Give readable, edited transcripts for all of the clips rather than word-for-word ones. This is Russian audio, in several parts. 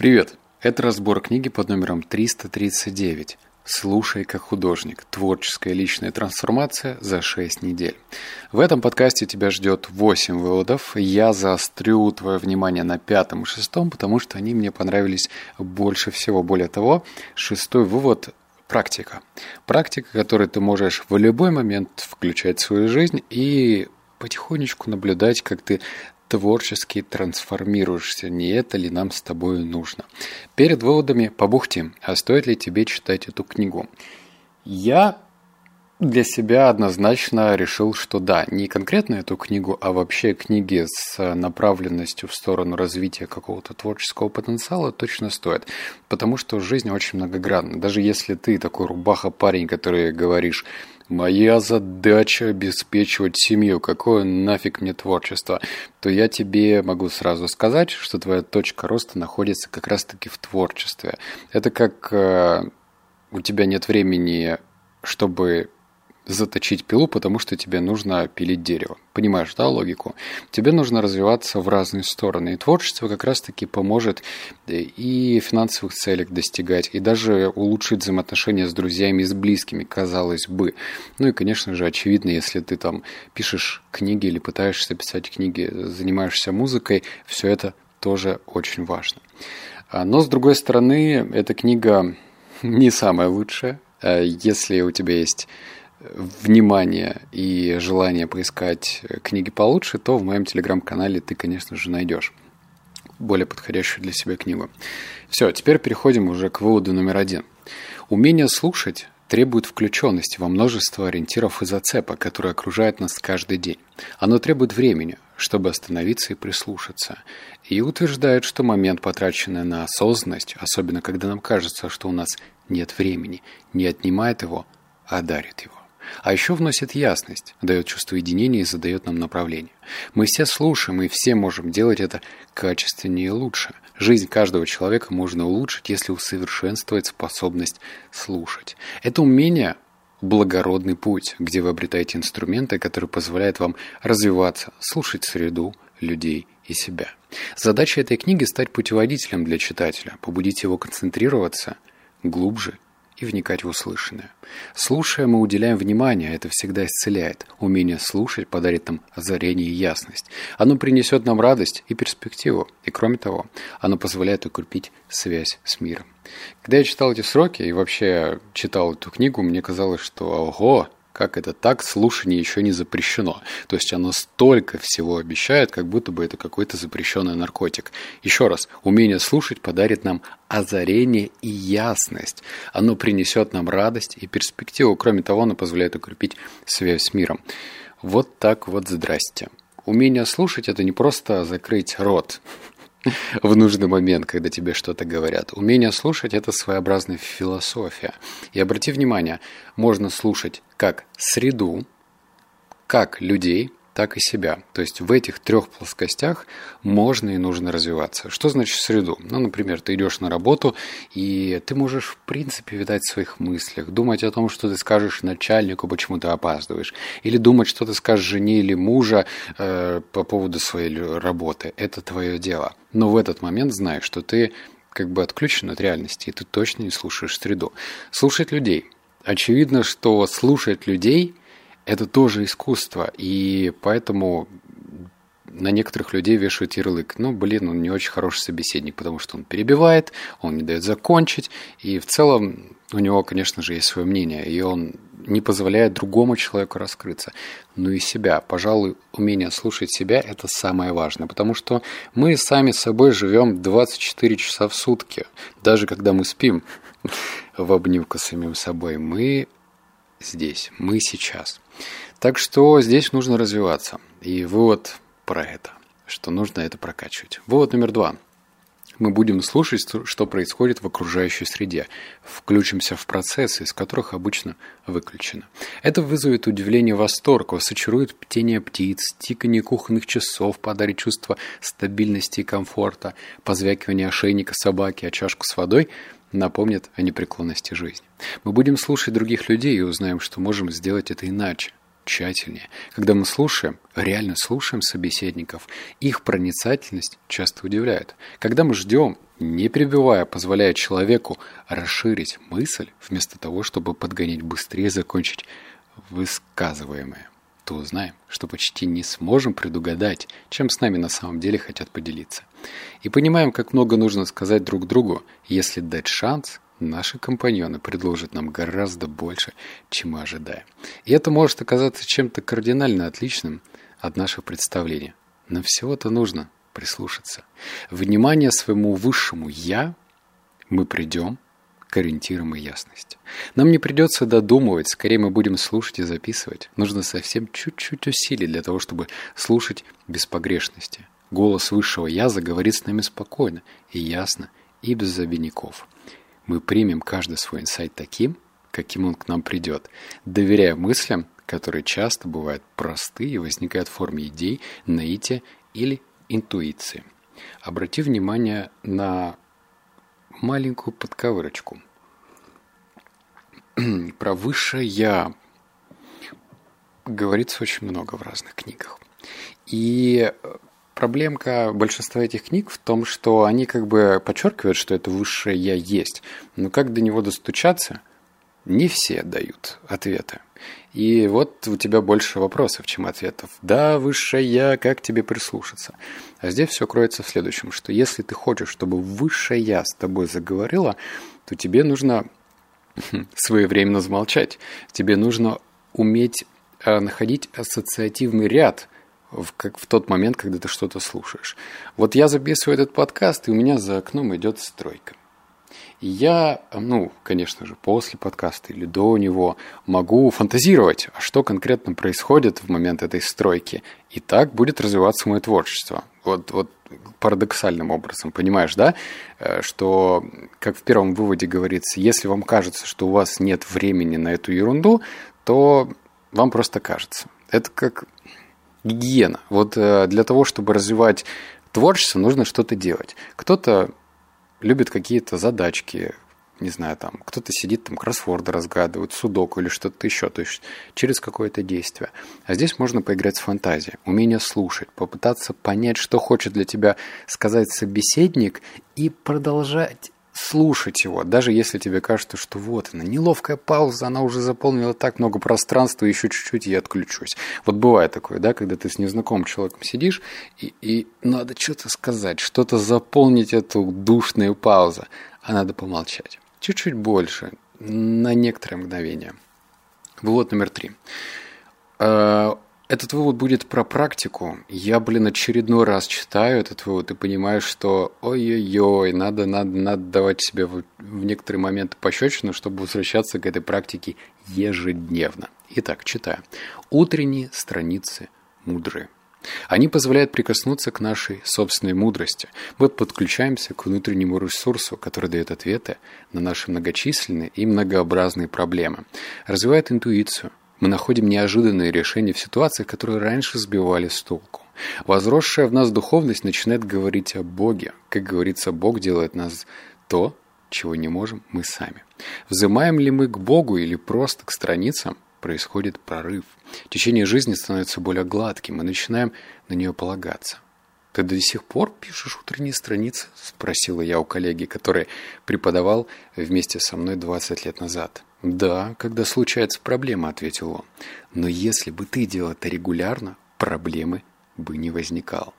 Привет! Это разбор книги под номером 339 «Слушай как художник. Творческая личная трансформация за 6 недель». В этом подкасте тебя ждет 8 выводов. Я заострю твое внимание на 5-м и 6-м, потому что они мне понравились больше всего. Более того, 6-й вывод – практика. Практика, которую ты можешь в любой момент включать в свою жизнь и потихонечку наблюдать, как ты творчески трансформируешься. Не это ли нам с тобой нужно? Перед выводами побухтим, а стоит ли тебе читать эту книгу? Я для себя однозначно решил, что да, не конкретно эту книгу, а вообще книги с направленностью в сторону развития какого-то творческого потенциала точно стоит. Потому что жизнь очень многогранна. Даже если ты такой рубаха-парень, который говоришь: «Моя задача обеспечивать семью, какое нафиг мне творчество», то я тебе могу сразу сказать, что твоя точка роста находится как раз-таки в творчестве. Это как у тебя нет времени, чтобы заточить пилу, потому что тебе нужно пилить дерево. Понимаешь, да, логику? Тебе нужно развиваться в разные стороны. И творчество как раз-таки поможет и финансовых целей достигать, и даже улучшить взаимоотношения с друзьями и с близкими, казалось бы. Ну и, конечно же, очевидно, если ты там пишешь книги или пытаешься писать книги, занимаешься музыкой, все это тоже очень важно. Но, с другой стороны, эта книга не самая лучшая. Если у тебя есть внимание и желание поискать книги получше, то в моем телеграм-канале ты, конечно же, найдешь более подходящую для себя книгу. Все, теперь переходим уже к выводу номер 1. Умение слушать требует включенности во множество ориентиров и зацепок, которые окружают нас каждый день. Оно требует времени, чтобы остановиться и прислушаться. И утверждает, что момент, потраченный на осознанность, особенно когда нам кажется, что у нас нет времени, не отнимает его, а дарит его. А еще вносит ясность, дает чувство единения и задает нам направление. Мы все слушаем и все можем делать это качественнее и лучше. Жизнь каждого человека можно улучшить, если усовершенствовать способность слушать. Это умение – благородный путь, где вы обретаете инструменты, которые позволяют вам развиваться, слушать среду, людей и себя. Задача этой книги – стать путеводителем для читателя, побудить его концентрироваться глубже и вникать в услышанное. Слушая, мы уделяем внимание, это всегда исцеляет. Умение слушать подарит нам озарение и ясность. Оно принесет нам радость и перспективу. И кроме того, оно позволяет укрепить связь с миром. Когда я читал эти строки и вообще читал эту книгу, мне казалось, что ого, как это так, слушание еще не запрещено. То есть оно столько всего обещает, как будто бы это какой-то запрещенный наркотик. Еще раз, умение слушать подарит нам озарение и ясность. Оно принесет нам радость и перспективу. Кроме того, оно позволяет укрепить связь с миром. Вот так вот здрасте. Умение слушать – это не просто закрыть рот в нужный момент, когда тебе что-то говорят. Умение слушать – это своеобразная философия. И обрати внимание, можно слушать как среду, как людей, так и себя. То есть в этих 3 плоскостях можно и нужно развиваться. Что значит среду? Ну, например, ты идешь на работу, и ты можешь, в принципе, витать в своих мыслях, думать о том, что ты скажешь начальнику, почему ты опаздываешь, или думать, что ты скажешь жене или мужа по поводу своей работы. Это твое дело. Но в этот момент знай, что ты как бы отключен от реальности, и ты точно не слушаешь среду. Слушать людей. Очевидно, что слушать людей – это тоже искусство, и поэтому на некоторых людей вешают ярлык. Он не очень хороший собеседник, потому что он перебивает, он не дает закончить, и в целом у него, конечно же, есть свое мнение, и он не позволяет другому человеку раскрыться. Ну и себя. Пожалуй, умение слушать себя – это самое важное, потому что мы сами собой живем 24 часа в сутки. Даже когда мы спим в обнимку с самим собой, мы здесь, мы сейчас. Так что здесь нужно развиваться. И вывод про это, что нужно это прокачивать. Вывод номер 2. Мы будем слушать, что происходит в окружающей среде. Включимся в процессы, из которых обычно выключено. Это вызовет удивление и восторг, вас очарует птение птиц, тиканье кухонных часов, подарит чувство стабильности и комфорта, позвякивание ошейника собаки, а чашку с водой напомнит о непреклонности жизни. Мы будем слушать других людей и узнаем, что можем сделать это иначе. тщательнее. Когда мы слушаем, реально слушаем собеседников, их проницательность часто удивляет. Когда мы ждем, не перебивая, позволяя человеку расширить мысль, вместо того, чтобы подгонять быстрее закончить высказываемое, то узнаем, что почти не сможем предугадать, чем с нами на самом деле хотят поделиться. И понимаем, как много нужно сказать друг другу, если дать шанс, наши компаньоны предложат нам гораздо больше, чем мы ожидаем. И это может оказаться чем-то кардинально отличным от наших представлений. Но всего-то нужно прислушаться. Внимание своему высшему «я» мы придем к ориентирам и ясности. Нам не придется додумывать, скорее мы будем слушать и записывать. Нужно совсем чуть-чуть усилий для того, чтобы слушать без погрешности. Голос высшего «я» заговорит с нами спокойно и ясно, и без обиняков. Мы примем каждый свой инсайт таким, каким он к нам придет, доверяя мыслям, которые часто бывают просты и возникают в форме идей, наития или интуиции. Обрати внимание на маленькую подковырочку. Про высшее «я» говорится очень много в разных книгах. И проблемка большинства этих книг в том, что они как бы подчеркивают, что это высшее «я» есть. Но как до него достучаться, не все дают ответы. И вот у тебя больше вопросов, чем ответов. Да, высшее «я», как тебе прислушаться? А здесь все кроется в следующем, что если ты хочешь, чтобы высшее «я» с тобой заговорило, то тебе нужно своевременно замолчать. Тебе нужно уметь находить ассоциативный ряд в тот момент, когда ты что-то слушаешь. Вот я записываю этот подкаст, и у меня за окном идет стройка. И я, конечно же, после подкаста или до него могу фантазировать, а что конкретно происходит в момент этой стройки. И так будет развиваться мое творчество. Вот парадоксальным образом, понимаешь, да? Что, как в первом выводе говорится, если вам кажется, что у вас нет времени на эту ерунду, то вам просто кажется. Это как гигиена. Вот для того, чтобы развивать творчество, нужно что-то делать. Кто-то любит какие-то задачки, не знаю, там, кто-то сидит, там, кроссворды разгадывает, судоку или что-то еще, то есть через какое-то действие. А здесь можно поиграть с фантазией, умение слушать, попытаться понять, что хочет для тебя сказать собеседник, и продолжать слушать его, даже если тебе кажется, что вот она, неловкая пауза, она уже заполнила так много пространства, еще чуть-чуть и отключусь. Вот бывает такое, да, когда ты с незнакомым человеком сидишь, и надо что-то сказать, что-то заполнить эту душную паузу, а надо помолчать. Чуть-чуть больше, на некоторое мгновение. Вывод номер 3. Этот вывод будет про практику. Я, очередной раз читаю этот вывод и понимаю, что ой-ой-ой, надо давать себе в некоторые моменты пощечину, чтобы возвращаться к этой практике ежедневно. Итак, читаю. Утренние страницы мудрые. Они позволяют прикоснуться к нашей собственной мудрости. Мы подключаемся к внутреннему ресурсу, который дает ответы на наши многочисленные и многообразные проблемы. Развивает интуицию. Мы находим неожиданные решения в ситуациях, которые раньше сбивали с толку. Возросшая в нас духовность начинает говорить о Боге. Как говорится, Бог делает нас то, чего не можем мы сами. Взымаем ли мы к Богу или просто к страницам, происходит прорыв. Течение жизни становится более гладким, и начинаем на нее полагаться. «Ты до сих пор пишешь утренние страницы?» – спросила я у коллеги, который преподавал вместе со мной 20 лет назад. «Да, когда случается проблема», – ответил он. «Но если бы ты делал это регулярно, проблемы бы не возникало».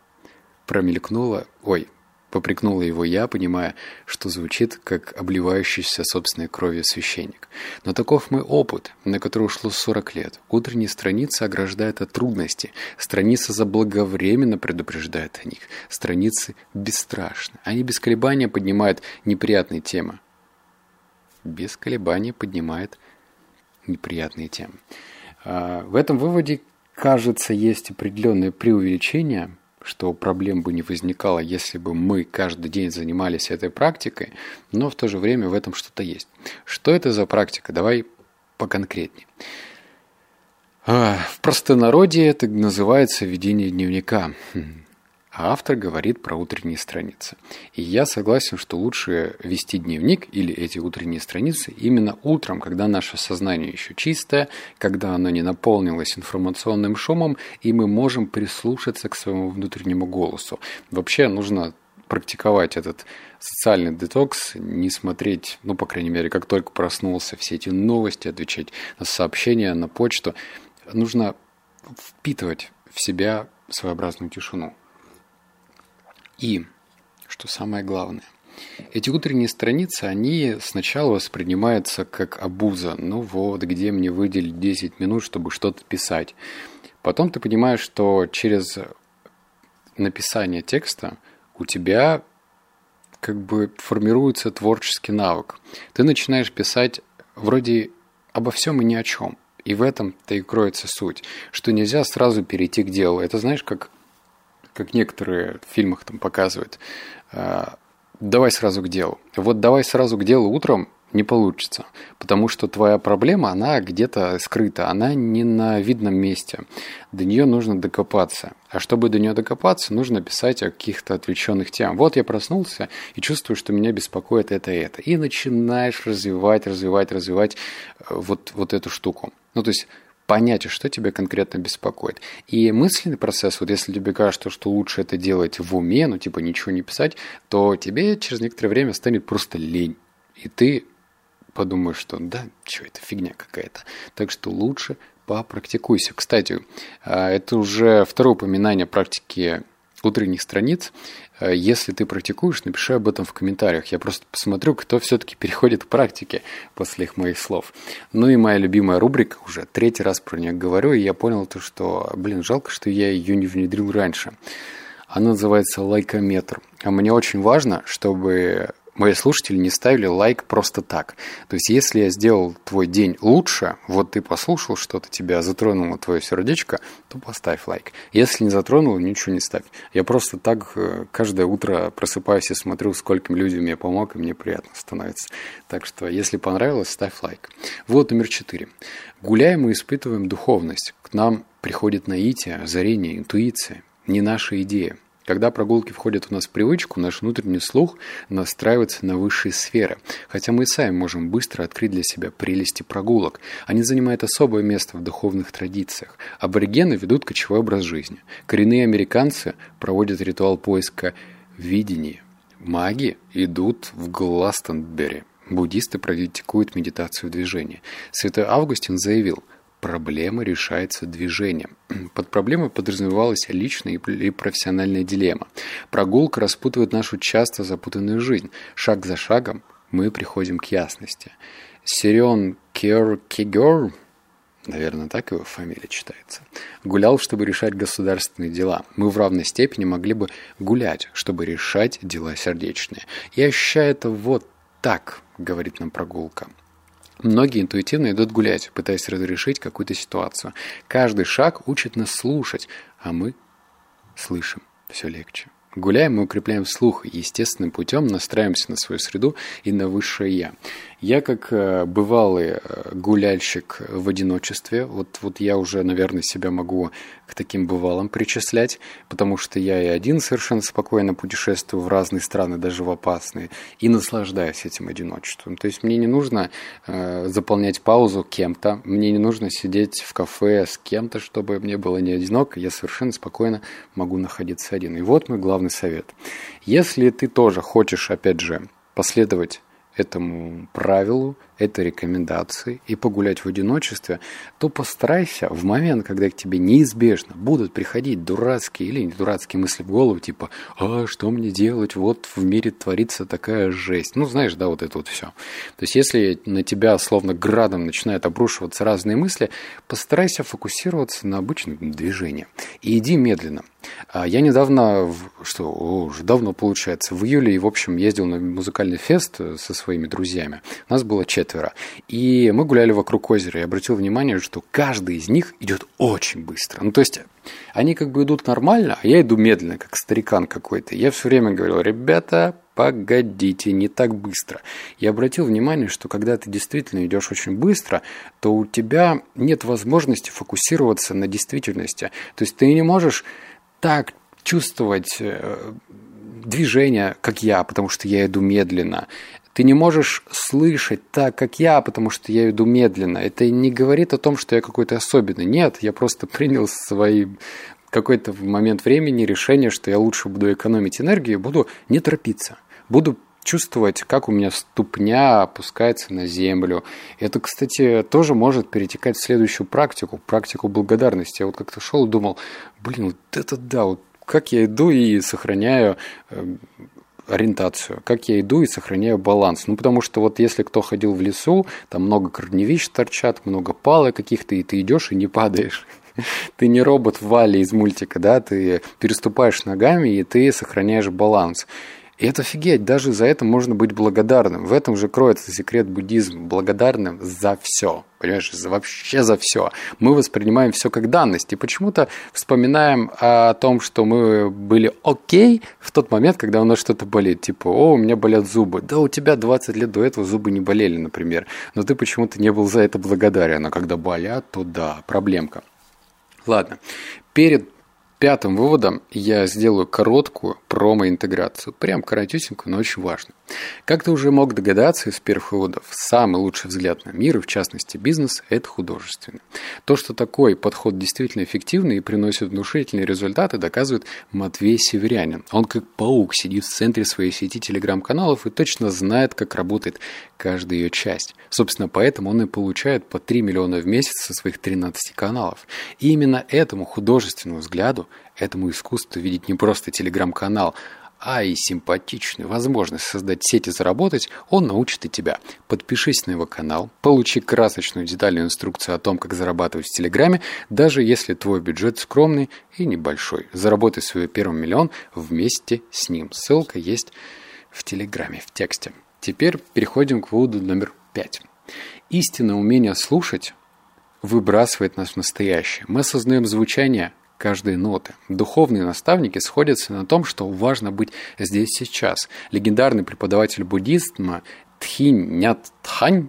Попрекнула его я, понимая, что звучит как обливающийся собственной кровью священник. Но таков мой опыт, на который ушло 40 лет. Утренние страницы ограждают от трудностей. Страница заблаговременно предупреждает о них. Страницы бесстрашны. Они без колебания поднимают неприятные темы. Без колебания поднимает неприятные темы. В этом выводе, кажется, есть определенное преувеличение, что проблем бы не возникало, если бы мы каждый день занимались этой практикой, но в то же время в этом что-то есть. Что это за практика? Давай поконкретнее. В простонародье это называется ведение дневника. а автор говорит про утренние страницы. И я согласен, что лучше вести дневник или эти утренние страницы именно утром, когда наше сознание еще чистое, когда оно не наполнилось информационным шумом, и мы можем прислушаться к своему внутреннему голосу. Вообще нужно практиковать этот социальный детокс, не смотреть, по крайней мере, как только проснулся, все эти новости, отвечать на сообщения, на почту. Нужно впитывать в себя своеобразную тишину. И, что самое главное, эти утренние страницы, они сначала воспринимаются как обуза. Где мне выделить 10 минут, чтобы что-то писать? Потом ты понимаешь, что через написание текста у тебя формируется творческий навык. Ты начинаешь писать вроде обо всем и ни о чем. И в этом-то и кроется суть, что нельзя сразу перейти к делу. Это знаешь, как некоторые в фильмах там показывают. Давай сразу к делу. Вот давай сразу к делу утром не получится, потому что твоя проблема, она где-то скрыта, она не на видном месте. До нее нужно докопаться. А чтобы до нее докопаться, нужно писать о каких-то отвлеченных темах. Вот я проснулся и чувствую, что меня беспокоит это и это. И начинаешь развивать вот эту штуку. То есть понять, что тебя конкретно беспокоит. И мысленный процесс, если тебе кажется, что лучше это делать в уме, ничего не писать, то тебе через некоторое время станет просто лень. И ты подумаешь, что это фигня какая-то. Так что лучше попрактикуйся. Кстати, это уже второе упоминание практики утренних страниц. Если ты практикуешь, напиши об этом в комментариях. Я просто посмотрю, кто все-таки переходит к практике после моих слов. И моя любимая рубрика, уже 3-й раз про нее говорю, и я понял что, жалко, что я ее не внедрил раньше. Она называется лайкометр. А мне очень важно, чтобы мои слушатели не ставили лайк просто так. То есть, если я сделал твой день лучше, ты послушал что-то, тебя затронуло твое сердечко, то поставь лайк. Если не затронуло, ничего не ставь. Я просто так каждое утро просыпаюсь и смотрю, скольким людям я помог, и мне приятно становится. Так что, если понравилось, ставь лайк. Номер 4. Гуляем и испытываем духовность. К нам приходит наитие, озарение, интуиция. Не наша идея. Когда прогулки входят у нас в привычку, наш внутренний слух настраивается на высшие сферы. Хотя мы и сами можем быстро открыть для себя прелести прогулок. Они занимают особое место в духовных традициях. Аборигены ведут кочевой образ жизни. Коренные американцы проводят ритуал поиска видения. Маги идут в Гластонбери. Буддисты практикуют медитацию движения. Святой Августин заявил: проблема решается движением. Под проблемой подразумевалась личная и профессиональная дилемма. Прогулка распутывает нашу часто запутанную жизнь. Шаг за шагом мы приходим к ясности. Сирион Кierkegaard, наверное, так его фамилия читается, гулял, чтобы решать государственные дела. Мы в равной степени могли бы гулять, чтобы решать дела сердечные. Я ощущаю это так, говорит нам прогулка. Многие интуитивно идут гулять, пытаясь разрешить какую-то ситуацию. Каждый шаг учит нас слушать, а мы слышим все легче. Гуляя, мы укрепляем слух и естественным путем настраиваемся на свою среду и на высшее «я». Я, как бывалый гуляльщик в одиночестве, я уже, наверное, себя могу к таким бывалым причислять, потому что я и один совершенно спокойно путешествую в разные страны, даже в опасные, и наслаждаюсь этим одиночеством. То есть мне не нужно заполнять паузу кем-то, мне не нужно сидеть в кафе с кем-то, чтобы мне было не одиноко, я совершенно спокойно могу находиться один. И вот мой главный совет. Если ты тоже хочешь, опять же, последовать этому правилу, этой рекомендации и погулять в одиночестве, то постарайся в момент, когда к тебе неизбежно будут приходить дурацкие или недурацкие мысли в голову, типа что мне делать, в мире творится такая жесть. Знаешь, это все. То есть, если на тебя словно градом начинают обрушиваться разные мысли, постарайся фокусироваться на обычном движении. И иди медленно. Я недавно, уже давно получается, в июле, в общем, ездил на музыкальный фест со своими друзьями. Нас было 4. И мы гуляли вокруг озера. Я обратил внимание, что каждый из них идет очень быстро. То есть, они идут нормально, а я иду медленно, как старикан какой-то. Я все время говорил: ребята, погодите, не так быстро. Я обратил внимание, что когда ты действительно идешь очень быстро, то у тебя нет возможности фокусироваться на действительности. То есть, ты не можешь так чувствовать движение, как я, потому что я иду медленно. Ты не можешь слышать так, как я, потому что я иду медленно. Это не говорит о том, что я какой-то особенный. Нет, я просто принял какой-то в момент времени решение, что я лучше буду экономить энергию и буду не торопиться. Буду чувствовать, как у меня ступня опускается на землю. Это, кстати, тоже может перетекать в следующую практику благодарности. Я вот как-то шел и думал, вот это да, вот как я иду и сохраняю ориентацию, как я иду и сохраняю баланс. Потому что вот если кто ходил в лесу, там много корневищ торчат, много палок каких-то, и ты идешь и не падаешь. Ты не робот Валли из мультика, да, ты переступаешь ногами, и ты сохраняешь баланс. И это офигеть, даже за это можно быть благодарным. В этом же кроется секрет буддизма. Благодарным за все. Понимаешь, вообще за все. Мы воспринимаем все как данность. И почему-то вспоминаем о том, что мы были окей в тот момент, когда у нас что-то болит. Типа, у меня болят зубы. Да, у тебя 20 лет до этого зубы не болели, например. Но ты почему-то не был за это благодарен. А когда болят, то да, проблемка. Ладно, перед пятым выводом я сделаю короткую промо-интеграцию. Прям коротюсенькую, но очень важную. Как ты уже мог догадаться из первых выводов, самый лучший взгляд на мир, и в частности бизнес, это художественный. То, что такой подход действительно эффективный и приносит внушительные результаты, доказывает Матвей Северянин. Он как паук сидит в центре своей сети телеграм-каналов и точно знает, как работает каждая ее часть. Собственно, поэтому он и получает по 3 миллиона в месяц со своих 13 каналов. И именно этому художественному взгляду, этому искусству видеть не просто телеграм-канал, а и симпатичную возможность создать сеть и заработать, он научит и тебя. Подпишись на его канал, получи красочную детальную инструкцию о том, как зарабатывать в Телеграме, даже если твой бюджет скромный и небольшой. Заработай свой первый миллион вместе с ним. Ссылка есть в Телеграме, в тексте. Теперь переходим к выводу номер 5. Истинное умение слушать выбрасывает нас в настоящее. Мы осознаем звучание каждой ноты. Духовные наставники сходятся на том, что важно быть здесь сейчас. Легендарный преподаватель буддизма Тхинь Нят Хань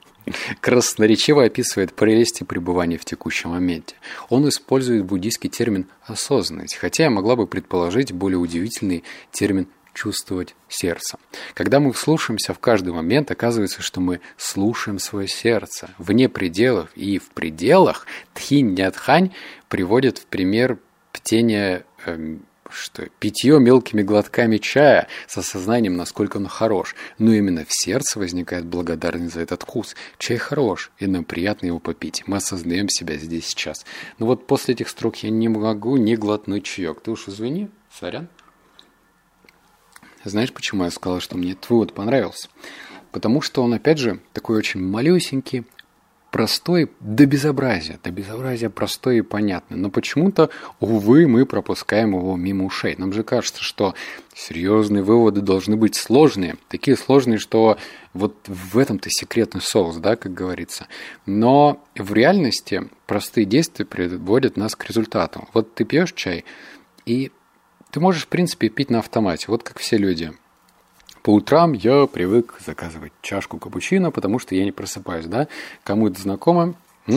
красноречиво описывает прелести пребывания в текущем моменте. Он использует буддийский термин «осознанность», хотя я могла бы предположить более удивительный термин чувствовать сердцем. Когда мы вслушаемся в каждый момент, оказывается, что мы слушаем свое сердце. Вне пределов и в пределах Тхинь Нят Хань приводит в пример птение 5 мелкими глотками чая с осознанием, насколько он хорош. Но именно в сердце возникает благодарность за этот вкус. Чай хорош, и нам приятно его попить. Мы осознаем себя здесь сейчас. Но вот после этих строк я не могу не глотнуть чаек. Ты уж извини, сорян. Знаешь, почему я сказал, что мне этот вывод понравился? Потому что он, опять же, такой очень малюсенький, простой до безобразия простой и понятный. Но почему-то, увы, мы пропускаем его мимо ушей. Нам же кажется, что серьезные выводы должны быть сложные. Такие сложные, что вот в этом-то секретный соус, да, как говорится. Но в реальности простые действия приводят нас к результату. Вот ты пьешь чай, и ты можешь, в принципе, пить на автомате, вот как все люди. По утрам я привык заказывать чашку капучино, потому что я не просыпаюсь, да? Кому это знакомо?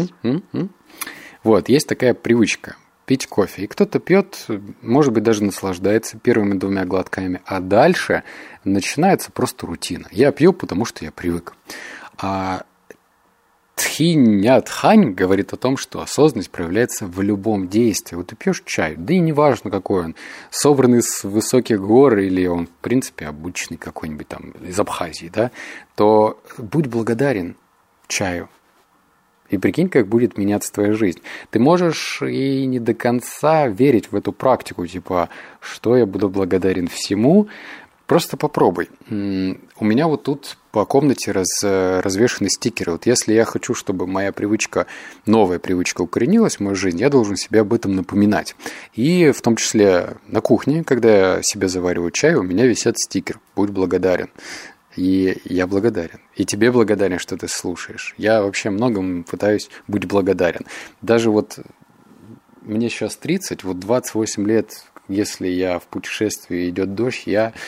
Вот, есть такая привычка пить кофе. И кто-то пьет, может быть, даже наслаждается первыми 2 глотками, а дальше начинается просто рутина. Я пью, потому что я привык. А Тхинь Нят Хань говорит о том, что осознанность проявляется в любом действии. Вот ты пьешь чай, да и неважно какой он, собранный с высоких гор или он, в принципе, обычный какой-нибудь там из Абхазии, да, то будь благодарен чаю. И прикинь, как будет меняться твоя жизнь. Ты можешь и не до конца верить в эту практику, типа, что я буду благодарен всему. Просто попробуй. У меня вот тут по комнате развешаны стикеры. Вот если я хочу, чтобы моя привычка, новая привычка укоренилась в мою жизнь, я должен себе об этом напоминать. И в том числе на кухне, когда я себе завариваю чай, у меня висят стикер «Будь благодарен». И я благодарен. И тебе благодарен, что ты слушаешь. Я вообще многому пытаюсь быть благодарен. Даже вот мне сейчас 30, вот 28 лет, если я в путешествии идет дождь, я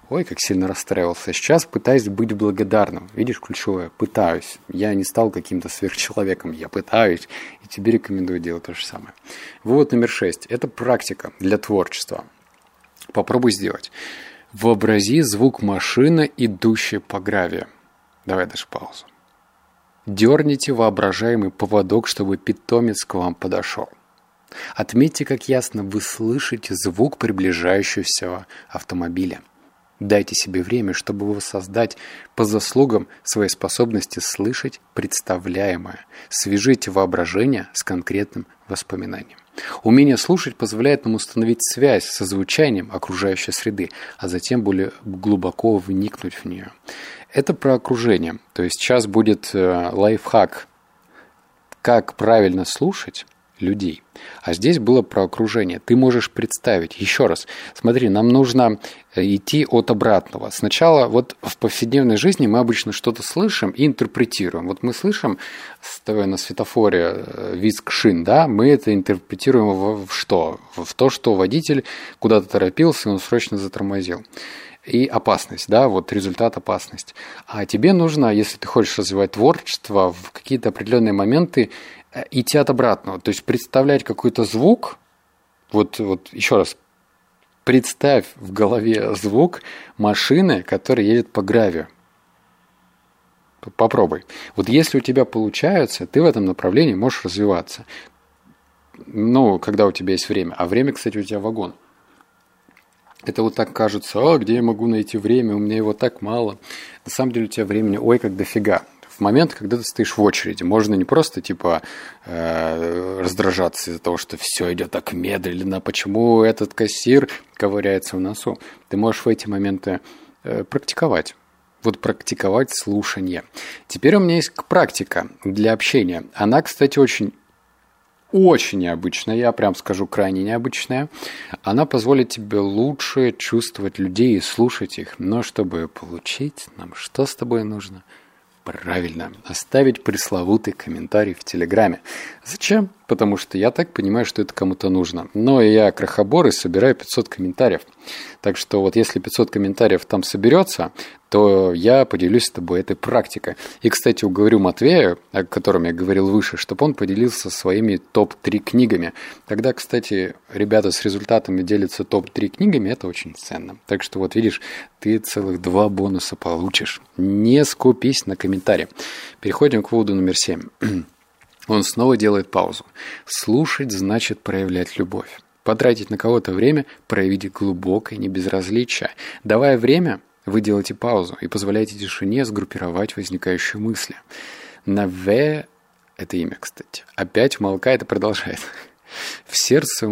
ой, как сильно расстраивался. Сейчас пытаюсь быть благодарным. Видишь, ключевое, пытаюсь. Я не стал каким-то сверхчеловеком, я пытаюсь. И тебе рекомендую делать то же самое. Вывод номер 6. Это практика для творчества. Попробуй сделать. Вообрази звук машины, идущей по гравию. Давай даже паузу. Дерните воображаемый поводок, чтобы питомец к вам подошел. Отметьте, как ясно вы слышите звук приближающегося автомобиля. Дайте себе время, чтобы воссоздать по заслугам своей способности слышать представляемое. Свяжите воображение с конкретным воспоминанием. Умение слушать позволяет нам установить связь со звучанием окружающей среды, а затем более глубоко вникнуть в нее. Это про окружение. То есть сейчас будет лайфхак, как правильно слушать людей. А здесь было про окружение. Ты можешь представить. Еще раз. Смотри, нам нужно идти от обратного. Сначала вот в повседневной жизни мы обычно что-то слышим и интерпретируем. Вот мы слышим, стоя на светофоре, визг шин, да, мы это интерпретируем в что? В то, что водитель куда-то торопился, и он срочно затормозил. И опасность, да, вот результат опасность. А тебе нужно, если ты хочешь развивать творчество, в какие-то определенные моменты идти от обратного. То есть представлять какой-то звук, вот еще раз, представь в голове звук машины, которая едет по гравию. Попробуй. Вот если у тебя получается, ты в этом направлении можешь развиваться. Ну, когда у тебя есть время. А время, кстати, у тебя вагон. Это вот так кажется, где я могу найти время, у меня его так мало. На самом деле у тебя времени, ой, как дофига. В момент, когда ты стоишь в очереди, можно не просто раздражаться из-за того, что все идет так медленно, почему этот кассир ковыряется в носу. Ты можешь в эти моменты практиковать. Вот практиковать слушание. Теперь у меня есть практика для общения. Она, кстати, очень необычная, я прям скажу, крайне необычная. Она позволит тебе лучше чувствовать людей и слушать их. Но чтобы получить, нам что с тобой нужно? Правильно, оставить пресловутый комментарий в Телеграме. Зачем? Потому что я так понимаю, что это кому-то нужно. Но я крохобор и собираю 500 комментариев. Так что вот если 500 комментариев там соберется, то я поделюсь с тобой этой практикой. И, кстати, уговорю Матвея, о котором я говорил выше, чтобы он поделился своими топ-3 книгами. Когда, кстати, ребята с результатами делятся топ-3 книгами, это очень ценно. Так что вот видишь, ты целых 2 бонуса получишь. Не скупись на комментарии. Переходим к выводу номер 7. Он снова делает паузу. Слушать значит проявлять любовь. Потратить на кого-то время, проявить глубокое небезразличие. Давая время, вы делаете паузу и позволяете тишине сгруппировать возникающие мысли. Наве – это имя, кстати. Опять умолкает и продолжает. В сердце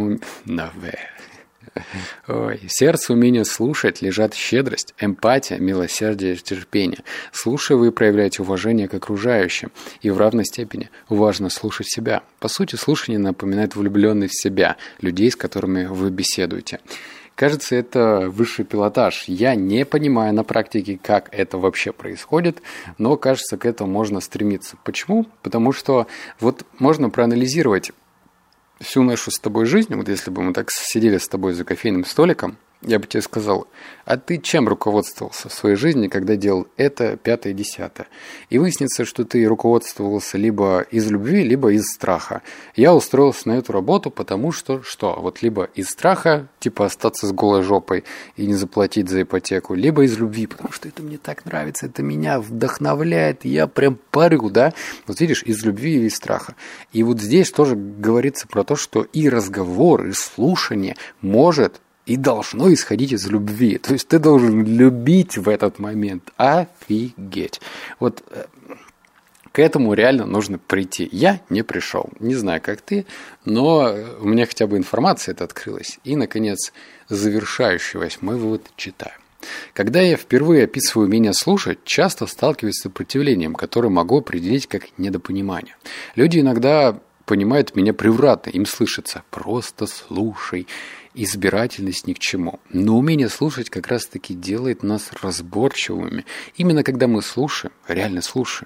умения слушать лежат щедрость, эмпатия, милосердие и терпение. Слушая, вы проявляете уважение к окружающим, и в равной степени важно слушать себя. По сути, слушание напоминает влюбленность в себя, людей, с которыми вы беседуете. Кажется, это высший пилотаж. Я не понимаю на практике, как это вообще происходит, но, кажется, к этому можно стремиться. Почему? Потому что вот можно проанализировать всю нашу с тобой жизнь, вот если бы мы так сидели с тобой за кофейным столиком, я бы тебе сказал, а ты чем руководствовался в своей жизни, когда делал это, 5-е, 10-е? И выяснится, что ты руководствовался либо из любви, либо из страха. Я устроился на эту работу, потому что, вот либо из страха, типа остаться с голой жопой и не заплатить за ипотеку, либо из любви, потому что это мне так нравится, это меня вдохновляет, я прям парю, да? Вот видишь, из любви и из страха. И вот здесь тоже говорится про то, что и разговор, и слушание может и должно исходить из любви. То есть ты должен любить в этот момент. Офигеть. Вот к этому реально нужно прийти. Я не пришел. Не знаю, как ты, но у меня хотя бы информация эта открылась. И, наконец, завершающий 8-й вывод читаю. Когда я впервые описываю умение слушать, часто сталкиваюсь с сопротивлением, которое могу определить как недопонимание. Люди иногда понимают меня превратно, им слышится «просто слушай». Избирательность ни к чему. Но умение слушать как раз-таки делает нас разборчивыми. Именно когда мы слушаем, реально слушаем,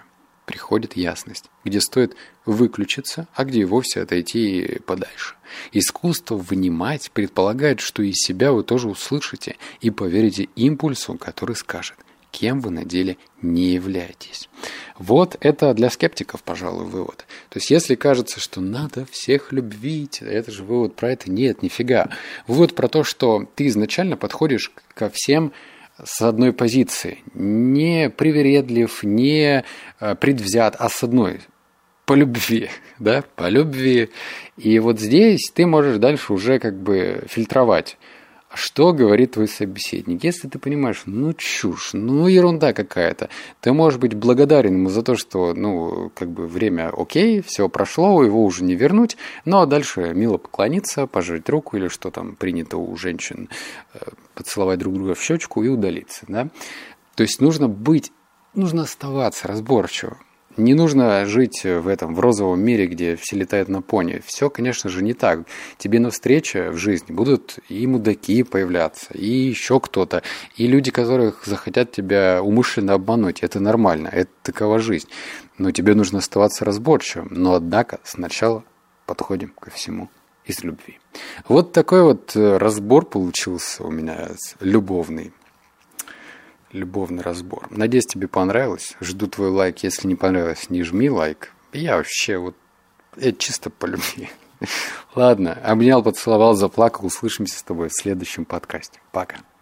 приходит ясность, где стоит выключиться, а где и вовсе отойти подальше. Искусство внимать предполагает, что и себя вы тоже услышите и поверите импульсу, который скажет, кем вы на деле не являетесь. Вот это для скептиков, пожалуй, вывод. То есть, если кажется, что надо всех любить, это же вывод про это. Нет, нифига. Вывод про то, что ты изначально подходишь ко всем с одной позиции. Не привередлив, не предвзят, а с одной. По любви, да, по любви. И вот здесь ты можешь дальше уже как бы фильтровать. Что говорит твой собеседник? Если ты понимаешь, чушь, ерунда какая-то, ты можешь быть благодарен ему за то, что, время окей, все прошло, его уже не вернуть, но дальше мило поклониться, пожать руку или что там принято у женщин, поцеловать друг друга в щечку и удалиться, да? То есть нужно оставаться разборчивым. Не нужно жить в розовом мире, где все летают на пони. Все, конечно же, не так. Тебе навстречу в жизни будут и мудаки появляться, и еще кто-то, и люди, которых захотят тебя умышленно обмануть. Это нормально, это такова жизнь. Но тебе нужно оставаться разборчивым. Но, однако, сначала подходим ко всему из любви. Вот такой вот разбор получился у меня любовный разбор. Надеюсь, тебе понравилось. Жду твой лайк. Если не понравилось, не жми лайк. Я чисто по любви. Ладно, обнял, поцеловал, заплакал. Услышимся с тобой в следующем подкасте. Пока.